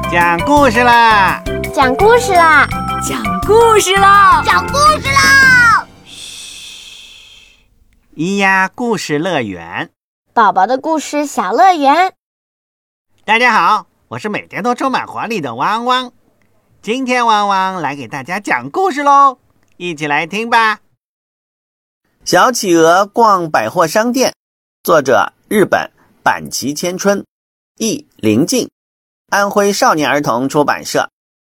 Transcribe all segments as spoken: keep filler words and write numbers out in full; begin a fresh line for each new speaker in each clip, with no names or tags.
讲故事啦！
讲故事啦！
讲故事啦！
讲故事啦！
嘘，咿呀故事乐园，
宝宝的故事小乐园。
大家好，我是每天都充满活力的汪汪。今天汪汪来给大家讲故事喽，一起来听吧。小企鹅逛百货商店，作者日本坂崎千春，译林静，安徽少年儿童出版社。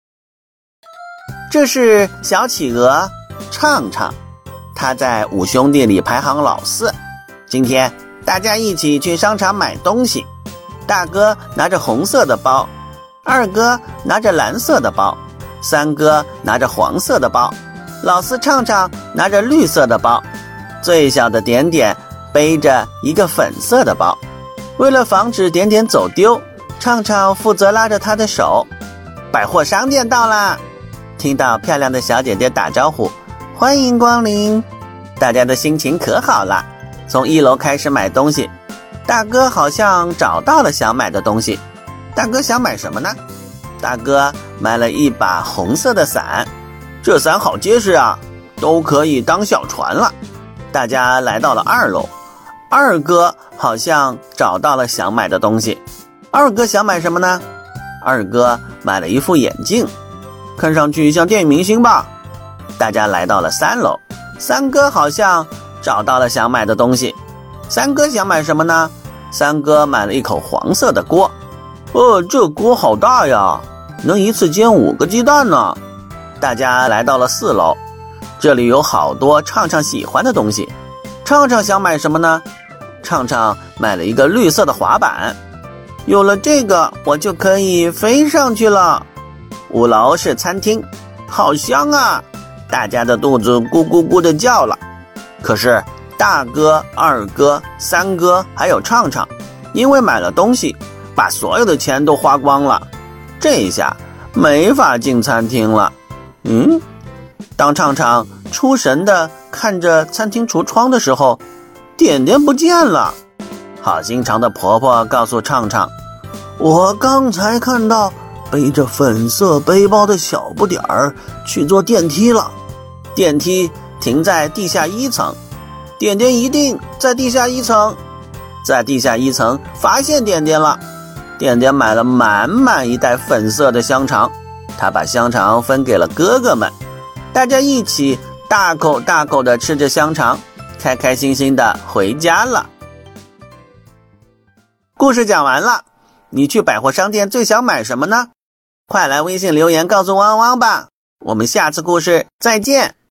这是小企鹅畅畅，他在五兄弟里排行老四。今天大家一起去商场买东西，大哥拿着红色的包，二哥拿着蓝色的包，三哥拿着黄色的包，老四畅畅拿着绿色的包，最小的点点背着一个粉色的包。为了防止点点走丢，畅畅负责拉着他的手。百货商店到啦！听到漂亮的小姐姐打招呼，欢迎光临，大家的心情可好了。从一楼开始买东西，大哥好像找到了想买的东西。大哥想买什么呢？大哥买了一把红色的伞，这伞好结实啊，都可以当小船了。大家来到了二楼，二哥好像找到了想买的东西。二哥想买什么呢？二哥买了一副眼镜，看上去像电影明星吧。大家来到了三楼，三哥好像找到了想买的东西。三哥想买什么呢？三哥买了一口黄色的锅。哦，这锅好大呀，能一次煎五个鸡蛋呢。大家来到了四楼，这里有好多畅畅喜欢的东西。畅畅想买什么呢？畅畅买了一个绿色的滑板。有了这个，我就可以飞上去了。五楼是餐厅，好香啊！大家的肚子咕咕咕地叫了。可是大哥、二哥、三哥还有畅畅，因为买了东西，把所有的钱都花光了。这一下没法进餐厅了。嗯，当畅畅出神地看着餐厅橱窗的时候，点点不见了。好心肠的婆婆告诉畅畅，我刚才看到背着粉色背包的小不点儿去坐电梯了，电梯停在地下一层，点点一定在地下一层。在地下一层发现点点了，点点买了满满一袋粉色的香肠，他把香肠分给了哥哥们，大家一起大口大口地吃着香肠，开开心心地回家了。故事讲完了，你去百货商店最想买什么呢？快来微信留言告诉汪汪吧，我们下次故事再见。